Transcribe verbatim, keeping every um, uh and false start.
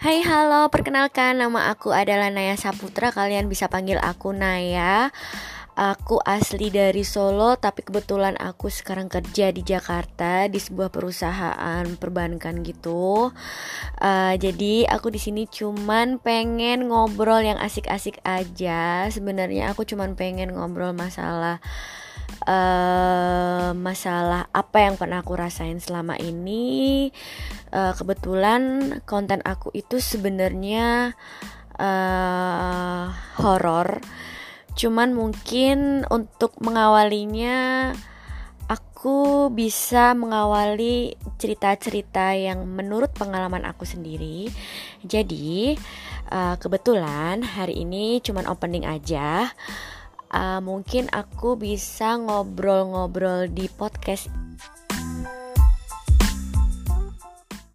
Hai halo, perkenalkan nama aku adalah Naya Saputra. Kalian bisa panggil aku Naya. Aku asli dari Solo, tapi kebetulan aku sekarang kerja di Jakarta di sebuah perusahaan perbankan gitu. Uh, jadi aku di sini cuman pengen ngobrol yang asik-asik aja. Sebenarnya aku cuman pengen ngobrol masalah uh, masalah apa yang pernah aku rasain selama ini. Uh, kebetulan konten aku itu sebenarnya uh, horor. Cuman mungkin untuk mengawalinya aku bisa mengawali cerita-cerita yang menurut pengalaman aku sendiri. Jadi uh, kebetulan hari ini cuman opening aja. Uh, mungkin aku bisa ngobrol-ngobrol di podcast